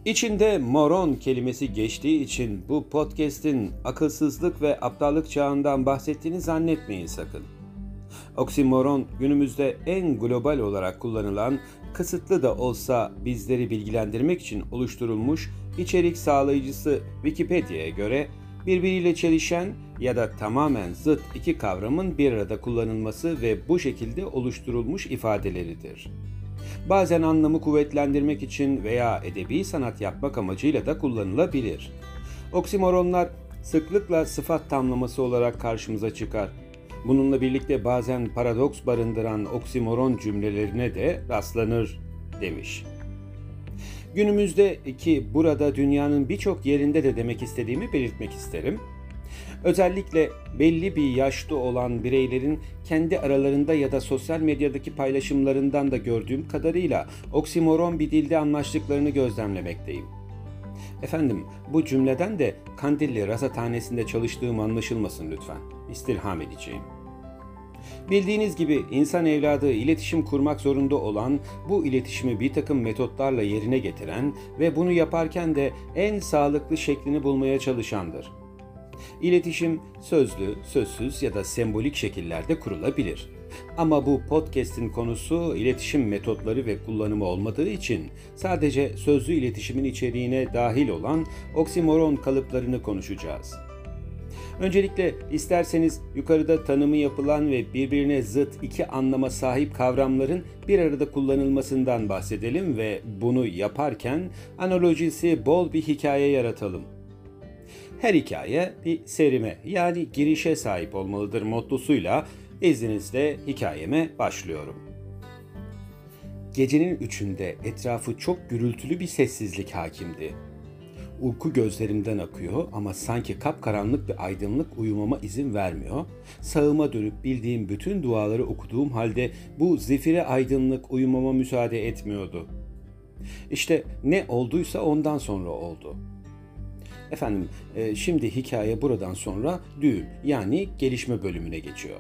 İçinde moron kelimesi geçtiği için bu podcast'in akılsızlık ve aptallık çağından bahsettiğini zannetmeyin sakın. Oksimoron günümüzde en global olarak kullanılan, kısıtlı da olsa bizleri bilgilendirmek için oluşturulmuş içerik sağlayıcısı Wikipedia'ya göre birbiriyle çelişen ya da tamamen zıt iki kavramın bir arada kullanılması ve bu şekilde oluşturulmuş ifadeleridir. Bazen anlamı kuvvetlendirmek için veya edebi sanat yapmak amacıyla da kullanılabilir. Oksimoronlar sıklıkla sıfat tamlaması olarak karşımıza çıkar. Bununla birlikte bazen paradoks barındıran oksimoron cümlelerine de rastlanır demiş. Günümüzde ki burada dünyanın birçok yerinde de demek istediğimi belirtmek isterim. Özellikle belli bir yaşta olan bireylerin kendi aralarında ya da sosyal medyadaki paylaşımlarından da gördüğüm kadarıyla oksimoron bir dilde anlaştıklarını gözlemlemekteyim. Efendim, bu cümleden de Kandilli Rasathanesi'nde çalıştığım anlaşılmasın lütfen. İstirham edeceğim. Bildiğiniz gibi insan evladı iletişim kurmak zorunda olan, bu iletişimi bir takım metotlarla yerine getiren ve bunu yaparken de en sağlıklı şeklini bulmaya çalışandır. İletişim sözlü, sözsüz ya da sembolik şekillerde kurulabilir. Ama bu podcast'in konusu iletişim metotları ve kullanımı olmadığı için sadece sözlü iletişimin içeriğine dahil olan oksimoron kalıplarını konuşacağız. Öncelikle isterseniz yukarıda tanımı yapılan ve birbirine zıt iki anlama sahip kavramların bir arada kullanılmasından bahsedelim ve bunu yaparken analojisi bol bir hikaye yaratalım. Her hikaye bir serime yani girişe sahip olmalıdır mottosuyla izninizle hikayeme başlıyorum. Gecenin üçünde etrafı çok gürültülü bir sessizlik hakimdi. Uyku gözlerimden akıyor ama sanki kapkaranlık bir aydınlık uyumama izin vermiyor. Sağıma dönüp bildiğim bütün duaları okuduğum halde bu zifire aydınlık uyumama müsaade etmiyordu. İşte ne olduysa ondan sonra oldu. Efendim, şimdi hikaye buradan sonra düğüm yani gelişme bölümüne geçiyor.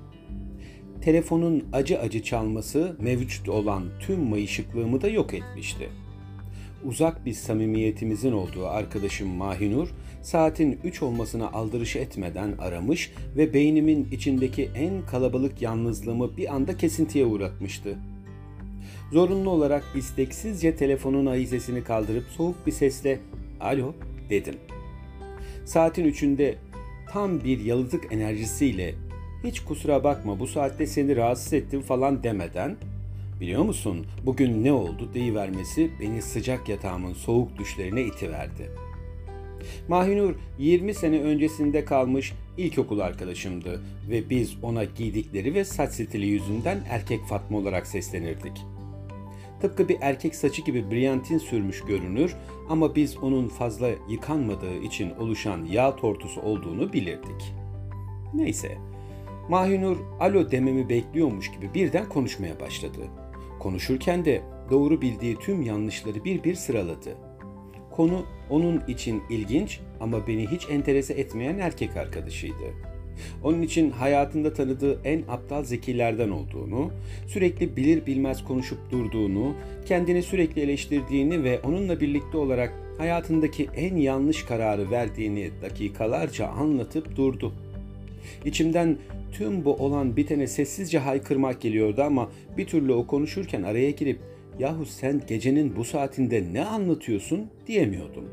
Telefonun acı acı çalması mevcut olan tüm mayışıklığımı da yok etmişti. Uzak bir samimiyetimizin olduğu arkadaşım Mahinur, saatin 3 olmasına aldırış etmeden aramış ve beynimin içindeki en kalabalık yalnızlığımı bir anda kesintiye uğratmıştı. Zorunlu olarak isteksizce telefonun ahizesini kaldırıp soğuk bir sesle "Alo" dedim. Saatin 3'ünde tam bir yalıtık enerjisiyle "Hiç kusura bakma bu saatte seni rahatsız ettim" falan demeden "Biliyor musun bugün ne oldu" deyivermesi beni sıcak yatağımın soğuk düşlerine itiverdi. Mahinur 20 sene öncesinde kalmış ilkokul arkadaşımdı ve biz ona giydikleri ve saç stili yüzünden erkek Fatma olarak seslenirdik. Tıpkı bir erkek saçı gibi brilyantin sürmüş görünür ama biz onun fazla yıkanmadığı için oluşan yağ tortusu olduğunu bilirdik. Neyse, Mahinur alo dememi bekliyormuş gibi birden konuşmaya başladı. Konuşurken de doğru bildiği tüm yanlışları bir bir sıraladı. Konu onun için ilginç ama beni hiç enterese etmeyen erkek arkadaşıydı. Onun için hayatında tanıdığı en aptal zekilerden olduğunu, sürekli bilir bilmez konuşup durduğunu, kendini sürekli eleştirdiğini ve onunla birlikte olarak hayatındaki en yanlış kararı verdiğini dakikalarca anlatıp durdu. İçimden tüm bu olan bitene sessizce haykırmak geliyordu ama bir türlü o konuşurken araya girip "Yahu sen gecenin bu saatinde ne anlatıyorsun?" diyemiyordum.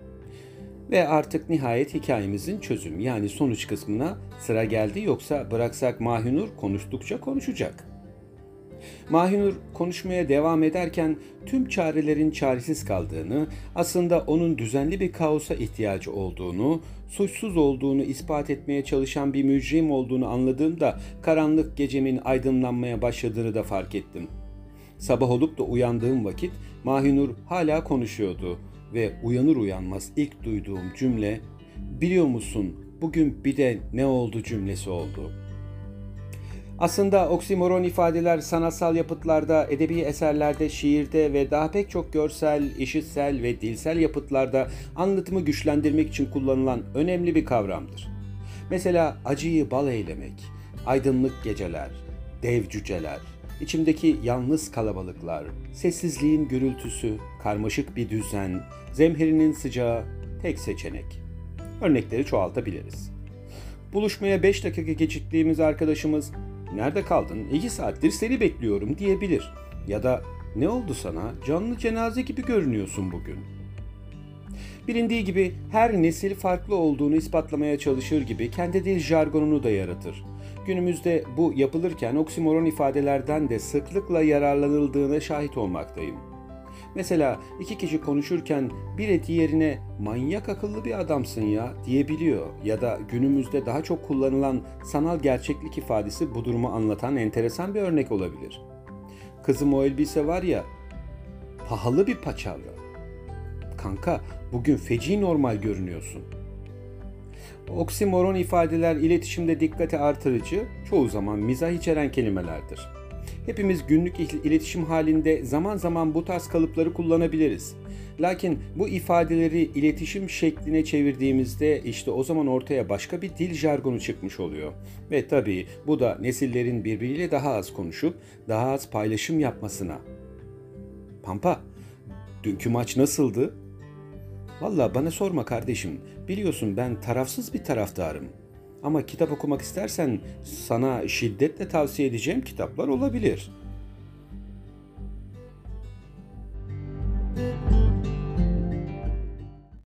Ve artık nihayet hikayemizin çözüm yani sonuç kısmına sıra geldi, yoksa bıraksak Mahinur konuştukça konuşacak. Mahinur konuşmaya devam ederken tüm çarelerin çaresiz kaldığını, aslında onun düzenli bir kaosa ihtiyacı olduğunu, suçsuz olduğunu ispat etmeye çalışan bir mücrim olduğunu anladığımda karanlık gecemin aydınlanmaya başladığını da fark ettim. Sabah olup da uyandığım vakit Mahinur hala konuşuyordu ve uyanır uyanmaz ilk duyduğum cümle "Biliyor musun bugün bir de ne oldu" cümlesi oldu. Aslında oksimoron ifadeler sanatsal yapıtlarda, edebi eserlerde, şiirde ve daha pek çok görsel, işitsel ve dilsel yapıtlarda anlatımı güçlendirmek için kullanılan önemli bir kavramdır. Mesela acıyı bal eylemek, aydınlık geceler, dev cüceler, İçimdeki yalnız kalabalıklar, sessizliğin gürültüsü, karmaşık bir düzen, zemherinin sıcağı, tek seçenek. Örnekleri çoğaltabiliriz. Buluşmaya 5 dakika geciktiğimiz arkadaşımız "Nerede kaldın? 2 saattir seni bekliyorum." diyebilir. Ya da "Ne oldu sana? Canlı cenaze gibi görünüyorsun bugün." Bilindiği gibi her nesil farklı olduğunu ispatlamaya çalışır gibi kendi dil jargonunu da yaratır. Günümüzde bu yapılırken oksimoron ifadelerden de sıklıkla yararlanıldığına şahit olmaktayım. Mesela iki kişi konuşurken biri diğerine "manyak akıllı bir adamsın ya" diyebiliyor ya da günümüzde daha çok kullanılan sanal gerçeklik ifadesi bu durumu anlatan enteresan bir örnek olabilir. "Kızım, o elbise var ya, pahalı bir paçavra. Kanka, bugün feci normal görünüyorsun." Oksimoron ifadeler iletişimde dikkati artırıcı, çoğu zaman mizah içeren kelimelerdir. Hepimiz günlük iletişim halinde zaman zaman bu tarz kalıpları kullanabiliriz. Lakin bu ifadeleri iletişim şekline çevirdiğimizde işte o zaman ortaya başka bir dil jargonu çıkmış oluyor. Ve tabii bu da nesillerin birbiriyle daha az konuşup daha az paylaşım yapmasına. "Pampa, dünkü maç nasıldı?" "Valla bana sorma kardeşim. Biliyorsun ben tarafsız bir taraftarım. Ama kitap okumak istersen sana şiddetle tavsiye edeceğim kitaplar olabilir."